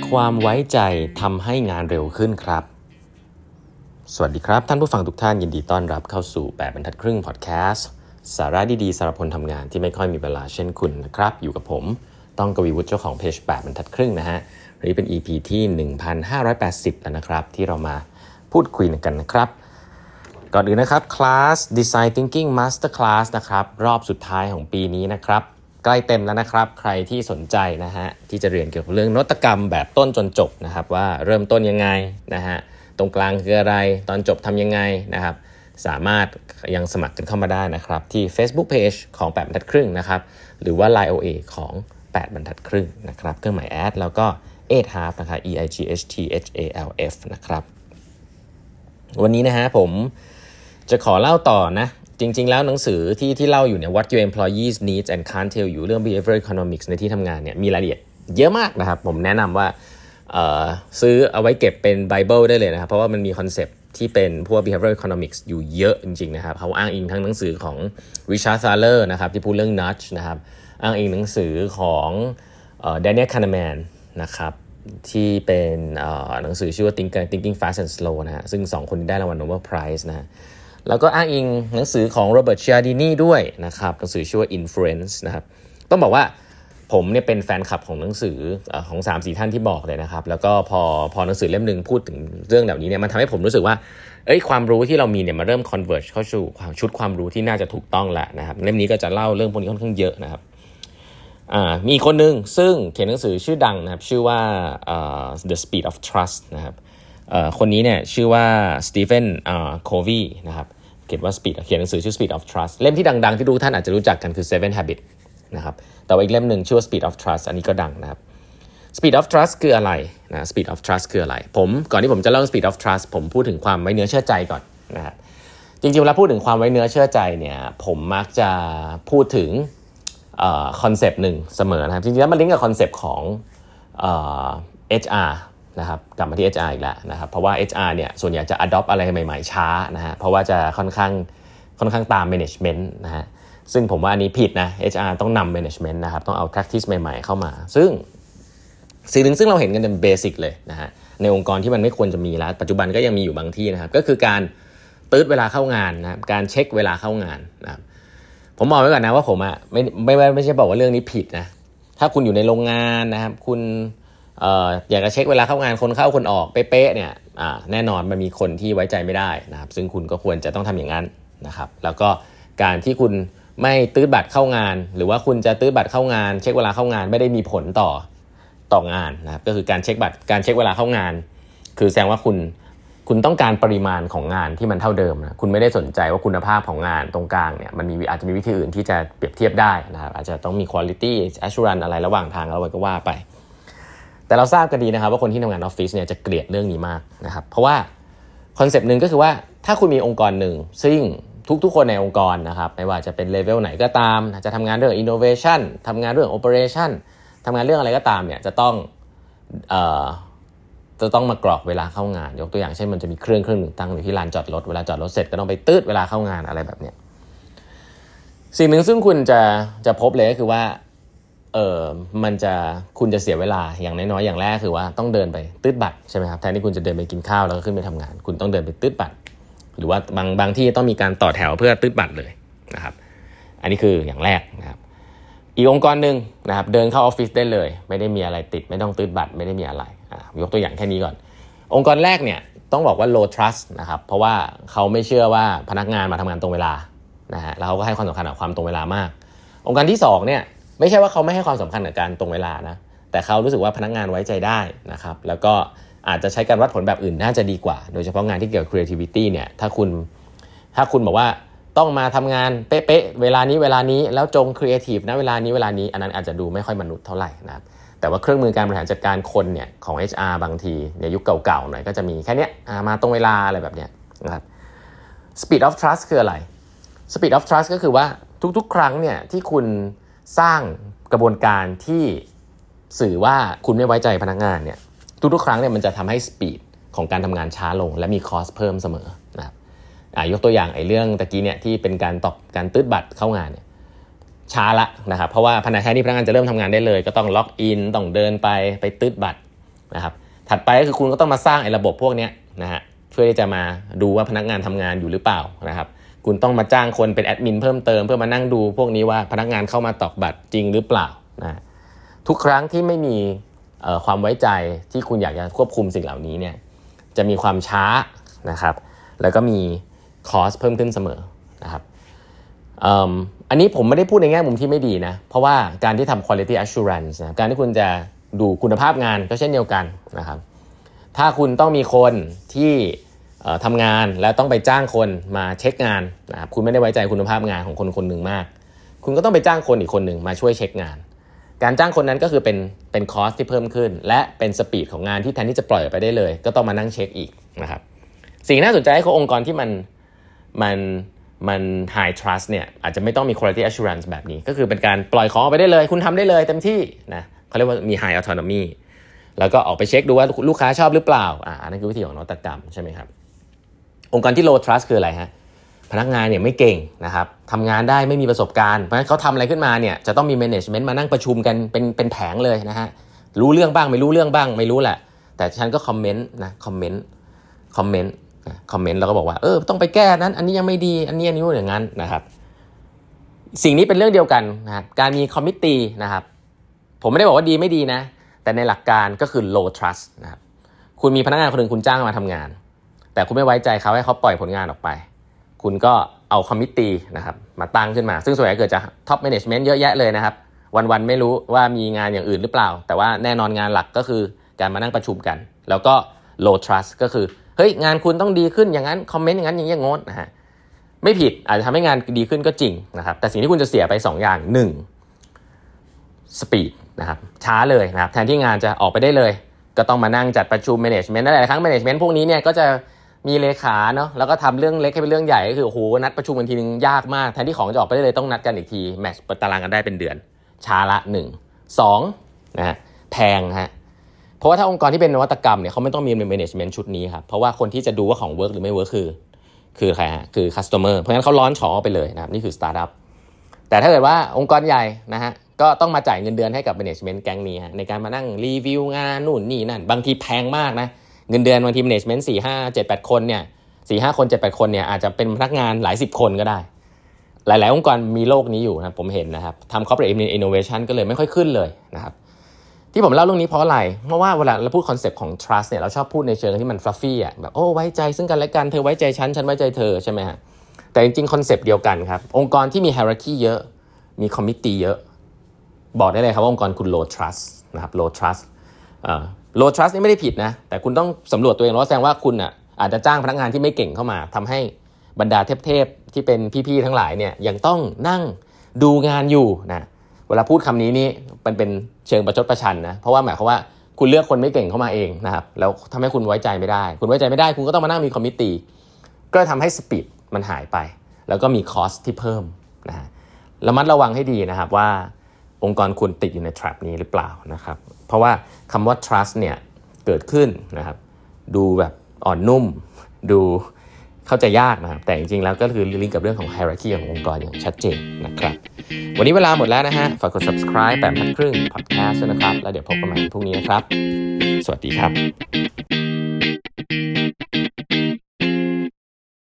ความไว้ใจทำให้งานเร็วขึ้นครับสวัสดีครับท่านผู้ฟังทุกท่านยินดีต้อนรับเข้าสู่8บรรทัดครึ่งพอดแคสต์สาระดีๆสำหรับคนทำงานที่ไม่ค่อยมีเวลาเช่นคุณนะครับอยู่กับผมต้องกวีวุฒิเจ้าของเพจ8บรรทัดครึ่งนะฮะวันนี้เป็น EP ที่1580แล้วนะครับที่เรามาพูดคุยกันนะครับก่อนอื่นนะครับคลาส Design Thinking Master Class นะครับรอบสุดท้ายของปีนี้นะครับใกล้เต็มแล้วนะครับใครที่สนใจนะฮะที่จะเรียนเกี่ยวกับเรื่องนวัตกรรมแบบต้นจนจบนะครับว่าเริ่มต้นยังไงนะฮะตรงกลางคืออะไรตอนจบทำยังไงนะครับสามารถยังสมัครกันเข้ามาได้นะครับที่ Facebook Page ของ8บรรทัดครึ่งนะครับหรือว่า Line OA ของ8บรรทัดครึ่งนะครับเครื่องหมายแอดแล้วก็8half นะครับ EIGHTHALF นะครับวันนี้นะฮะผมจะขอเล่าต่อนะจริงๆแล้วหนังสือที่เล่าอยู่เนี่ย What Your Employees Need and Can't Tell You เรื่อง Behavioral Economics ในที่ทำงานเนี่ยมีรายละเอียดเยอะมากนะครับผมแนะนำว่าซื้อเอาไว้เก็บเป็น Bible ได้เลยนะครับเพราะว่ามันมีคอนเซปต์ที่เป็นพวก Behavioral Economics อยู่เยอะจริงๆนะครับเขาอ้างอิงทั้งหนังสือของ Richard Thaler นะครับที่พูดเรื่อง Nudge นะครับอ้างอิงหนังสือของDaniel Kahneman นะครับที่เป็นหนังสือชื่อว่า Thinking Fast and Slow นะฮะซึ่ง2คนนี้ได้รางวัล Nobel Prize นะฮะแล้วก็อ้างอิงหนังสือของโรเบิร์ต ชิอาร์ดินีด้วยนะครับหนังสือชื่อว่า Influence นะครับต้องบอกว่าผมเนี่ยเป็นแฟนคลับของหนังสือของ 3-4 ท่านที่บอกเลยนะครับแล้วก็พอหนังสือเล่มนึงพูดถึงเรื่องเหล่านี้เนี่ยมันทำให้ผมรู้สึกว่าความรู้ที่เรามีเนี่ยมาเริ่ม converge เข้าสู่ชุดความรู้ที่น่าจะถูกต้องแล้วนะครับเล่มนี้ก็จะเล่าเรื่องพวกนี้ค่อนข้างเยอะนะครับมีคนนึงซึ่งเขียนหนังสือชื่อดังนะครับชื่อว่าThe Speed of Trust นะครับคนนี้เนี่ยชื่อว่าสตีเฟนโควีนะครับเขียนหนังสือชื่อ Speed of Trust เล่มที่ดังๆที่ทุกท่านอาจจะรู้จักกันคือ Seven Habits นะครับแต่ว่าอีกเล่มหนึ่งชื่อว่า Speed of Trust อันนี้ก็ดังนะครับ Speed of Trust คืออะไรนะ Speed of Trust คืออะไรก่อนที่ผมจะเล่า Speed of Trust ผมพูดถึงความไว้เนื้อเชื่อใจก่อนนะครับจริงๆเวลาพูดถึงความไว้เนื้อเชื่อใจเนี่ยผมมักจะพูดถึงคอนเซปต์หนึ่งเสมอนะครับจริงๆแล้วมันลิงก์กับคอนเซปต์ของHR นะครับกลับมาที่ HR อีกแล้วนะครับเพราะว่า HR เนี่ยส่วนใหญ่จะ adopt อะไรใหม่ๆช้านะฮะเพราะว่าจะค่อนข้างตาม management นะฮะซึ่งผมว่าอันนี้ผิดนะ HR ต้องนำ management นะครับต้องเอา practice ใหม่ๆเข้ามาซึ่งสิ่งหนึ่งซึ่งเราเห็นกันเป็นเบสิกเลยนะฮะในองค์กรที่มันไม่ควรจะมีแล้วปัจจุบันก็ยังมีอยู่บางที่นะครับก็คือการตืดเวลาเข้างานนะครับการเช็คเวลาเข้างานนะครับผมบอกไว้ก่อนนะว่าผมอ่ะไม่ใช่บอกว่าเรื่องนี้ผิดนะถ้าคุณอยู่ในโรงงานนะครับคุณอยากจะเช็คเวลาเข้างานคนเข้าคนออกเป๊ะๆเนี่ยแน่นอนมันมีคนที่ไว้ใจไม่ได้นะครับซึ่งคุณก็ควรจะต้องทำอย่างนั้นนะครับแล้วก็การที่คุณไม่ตื้อบัตรเข้างานหรือว่าคุณจะตื้อบัตรเข้างานเช็คเวลาเข้างานไม่ได้มีผลต่องานนะครับก็คือการเช็คบัตรการเช็คเวลาเข้างานคือแสดงว่าคุณต้องการปริมาณของงานที่มันเท่าเดิมนะคุณไม่ได้สนใจว่าคุณภาพของงานตรงกลางเนี่ยมันอาจจะมีวิธีอื่นที่จะเปรียบเทียบได้นะครับอาจจะต้องมี quality assurance อะไรระหว่างทางแล้วก็ว่าไปแต่เราทราบกันดีนะครับว่าคนที่ทำงานออฟฟิศเนี่ยจะเกลียดเรื่องนี้มากนะครับเพราะว่าคอนเซปต์นึงก็คือว่าถ้าคุณมีองค์กรหนึ่งซึ่งทุกคนในองค์กรนะครับไม่ว่าจะเป็นเลเวลไหนก็ตามจะทำงานเรื่อง innovation ทำงานเรื่อง operation ทำงานเรื่องอะไรก็ตามเนี่ยจะต้องมากรอกเวลาเข้างานยกตัวอย่างเช่นมันจะมีเครื่องหนึ่งตั้งอยู่ที่ลานจอดรถเวลาจอดรถเสร็จก็ต้องไปตืดเวลาเข้างานอะไรแบบเนี้ยสิ่งหนึ่งซึ่งคุณจะพบเลยก็คือว่าคุณจะเสียเวลาอย่างน้อยๆอย่างแรกคือว่าต้องเดินไปตืดบัตรใช่ไหมครับแทนที่คุณจะเดินไปกินข้าวแล้วก็ขึ้นไปทำงานคุณต้องเดินไปตืดบัตรหรือว่าบางที่ต้องมีการต่อแถวเพื่อตืดบัตรเลยนะครับอันนี้คืออย่างแรกนะครับอีกองค์กรหนึ่งนะครับเดินเข้าออฟฟิศได้เลยไม่ได้มีอะไรติดไม่ต้องตืดบัตรไม่ได้มีอะไรยกตัวอย่างแค่นี้ก่อนองค์กรแรกเนี่ยต้องบอกว่า low trust นะครับเพราะว่าเขาไม่เชื่อว่าพนักงานมาทำงานตรงเวลานะฮะแล้วเขาก็ให้ความสำคัญกับความตรงเวลามากองค์กรที่2เนี่ยไม่ใช่ว่าเขาไม่ให้ความสำคัญกับการตรงเวลานะแต่เขารู้สึกว่าพนักงานไว้ใจได้นะครับแล้วก็อาจจะใช้การวัดผลแบบอื่นน่าจะดีกว่าโดยเฉพาะงานที่เกี่ยวกับ creativity เนี่ยถ้าคุณบอกว่าต้องมาทำงานเป๊ะๆเวลานี้แล้วจง creative นะเวลานี้อันนั้นอาจจะดูไม่ค่อยมนุษย์เท่าไหร่นะครับแต่ว่าเครื่องมือการบริหารจัดการคนเนี่ยของ HR บางทีในยุคเก่าๆหน่อยก็จะมีแค่เนี้ยมาตรงเวลาอะไรแบบเนี้ยนะครับ Speed of Trust คืออะไร Speed of Trust ก็คือว่าทุกๆครั้งเนี่ยที่คุณสร้างกระบวนการที่สื่อว่าคุณไม่ไว้ใจพนักงานเนี่ยทุกๆครั้งเนี่ยมันจะทำให้ speed ของการทำงานช้าลงและมี cost เพิ่มเสมอนะครับยกตัวอย่างเรื่องตะกี้เนี่ยที่เป็นการตืดบัตรเข้างานเนี่ยช้าละนะครับเพราะว่าแทนที่พนักงานจะเริ่มทำงานได้เลยก็ต้องล็อกอินต้องเดินไปตืดบัตรนะครับถัดไปก็คือคุณก็ต้องมาสร้างไอ้ระบบพวกนี้นะฮะเพื่อที่จะมาดูว่าพนักงานทำงานอยู่หรือเปล่านะครับคุณต้องมาจ้างคนเป็นแอดมินเพิ่มเติมเพื่อมานั่งดูพวกนี้ว่าพนักงานเข้ามาตอกบัตรจริงหรือเปล่านะทุกครั้งที่ไม่มีความไว้ใจที่คุณอยากจะควบคุมสิ่งเหล่านี้เนี่ยจะมีความช้านะครับแล้วก็มีคอสเพิ่มขึ้นเสมอนะครับอันนี้ผมไม่ได้พูดในแง่มุมที่ไม่ดีนะเพราะว่าการที่ทำ quality assurance นะการที่คุณจะดูคุณภาพงานก็เช่นเดียวกันนะครับถ้าคุณต้องมีคนที่ทำงานแล้วต้องไปจ้างคนมาเช็คงานนะครับคุณไม่ได้ไว้ใจคุณภาพงานของคนคนหนึ่งมากคุณก็ต้องไปจ้างคนอีกคนหนึ่งมาช่วยเช็คงานการจ้างคนนั้นก็คือเป็นคอสที่เพิ่มขึ้นและเป็นสปีดของงานที่แทนที่จะปล่อยไปได้เลยก็ต้องมานั่งเช็คอีกนะครับสิ่งน่าสนใจให้องค์กรที่มัน high trust เนี่ยอาจจะไม่ต้องมี quality assurance แบบนี้ก็คือเป็นการปล่อยของออกไปได้เลยคุณทำได้เลยเต็มที่นะเขาเรียกว่ามี high autonomy แล้วก็ออกไปเช็คดูว่าลูกค้าชอบหรือเปล่านั่นคือวิธีของนวัตกรรมใช่ไหมครับองค์กรที่ low trust คืออะไรฮะพนักงานเนี่ยไม่เก่งนะครับทำงานได้ไม่มีประสบการณ์เพราะฉะนั้นเขาทำอะไรขึ้นมาเนี่ยจะต้องมี management มานั่งประชุมกันเป็นแผงเลยนะฮะรู้เรื่องบ้างไม่รู้เรื่องบ้างไม่รู้แหละแต่ฉันก็คอมเมนต์คอมเมนต์แล้วก็บอกว่าต้องไปแก้นั้นอันนี้ยังไม่ดีอันนี้อย่างนั้นนะครับสิ่งนี้เป็นเรื่องเดียวกันนะครับการมีคอมมิตตี้นะครับผมไม่ได้บอกว่าดีไม่ดีนะแต่ในหลักการก็คือ low trust นะครับคุณมีพนักงานคนนึงคุณจ้างมาทำงานแต่คุณไม่ไว้ใจเขาให้เขาปล่อยผลงานออกไปคุณก็เอาคอมมิตตี้นะครับมาตั้งขึ้นมาซึ่งส่วนใหญ่เกิดจากท็อปแมเนจเมนต์เยอะแยะเลยนะครับวันๆไม่รู้ว่ามีงานอย่างอื่นหรือเปล่าแต่ว่าแน่นอนงานหลักก็คือการมานั่งประชุมกันแล้วก็ low trust ก็คือเฮ้ยงานคุณต้องดีขึ้นอย่างนั้นคอมเมนต์อย่างนั้นอย่างนี้งดนะฮะไม่ผิดอาจจะทำให้งานดีขึ้นก็จริงนะครับแต่สิ่งที่คุณจะเสียไป2อย่าง1 speed นะครับช้าเลยนะครับแทนที่งานจะออกไปได้เลยก็ต้องมานั่งจัดประชุม management นั่นแหละครั้ง management พวกนี้เนี่ยก็จะมีเลขาเนาะแล้วก็ทำเรื่องเล็กให้เป็นเรื่องใหญ่ก็คือโอ้โหนัดประชุมกันทีนึงยากมากแทนที่ของจะออกไปได้เลยต้องนัดกันอีกทีแมทช์ตารางกันได้เป็นเดือนช้าละ1 2นะฮะแพงฮะเพราะว่าถ้าองค์กรที่เป็นนวัตกรรมเนี่ยเขาไม่ต้องมี management ชุดนี้ครับเพราะว่าคนที่จะดูว่าของ work หรือไม่ work คือใครฮะคือ customer เพราะฉะนั้นเขาล้อนฉอไปเลยนะครับนี่คือ startup แต่ถ้าเกิดว่าองค์กรใหญ่นะฮะก็ต้องมาจ่ายเงินเดือนให้กับ management แก๊งนี้ฮะในการมานั่งรีวิวงานนู่นนี่นั่นบางทีแพงมากนะเงินเดือนบางที management 4 5 7 8 คนเนี่ย4-5 คน 7-8 คนเนี่ยอาจจะเป็นพนักงานหลาย10คนก็ได้หลายๆองค์กรมีโลกนี้อยู่นะผมเห็นนะครับทำ corporate innovation ก็เลยไม่ค่อยขึ้นเลยนะครับที่ผมเล่าเรื่องนี้เพราะอะไรเพราะว่าเวลาเราพูดคอนเซ็ปต์ของ trust เนี่ยเราชอบพูดในเชิงที่มัน fluffy อ่ะแบบไว้ใจซึ่งกันและกันเธอไว้ใจฉันไว้ใจเธอใช่ไหมฮะแต่จริงๆคอนเซ็ปต์เดียวกันครับองค์กรที่มี hierarchy เยอะมี committee เยอะบอกได้เลยครับว่าองค์กรคุณ low trust นะครับ low trust low trust นี่ไม่ได้ผิดนะแต่คุณต้องสำรวจตัวเองแล้วแสดงว่าคุณอ่ะอาจจะจ้างพนักงานที่ไม่เก่งเข้ามาทำให้บรรดาเทพๆที่เป็นพี่ๆทั้งหลายเนี่ยยังต้องนั่งดูงานอยู่นะเวลาพูดคำนี้นี่มันเป็นเชิงประชดประชันนะเพราะว่าหมายความว่าคุณเลือกคนไม่เก่งเข้ามาเองนะครับแล้วทำให้คุณไว้ใจไม่ได้คุณไว้ใจไม่ได้คุณก็ต้องมานั่งมีคอมมิตตี้ก็ทำให้สปีดมันหายไปแล้วก็มีคอสที่เพิ่มนะฮะระมัดระวังให้ดีนะครับว่าองค์กรคุณติดอยู่ใน trap นี้หรือเปล่านะครับเพราะว่าคำว่า trust เนี่ยเกิดขึ้นนะครับดูแบบอ่อนนุ่มดูเข้าใจยากนะครับแต่จริงๆแล้วก็คือลิงก์กับเรื่องของ hierarchy ขององค์กรอย่างชัดเจนนะครับวันนี้เวลาหมดแล้วนะฮะฝากกด subscribe 8 พันครึ่ง podcast ด้วยนะครับแล้วเดี๋ยวพบกันใหม่พรุ่งนี้นะครับสวัสดีครับ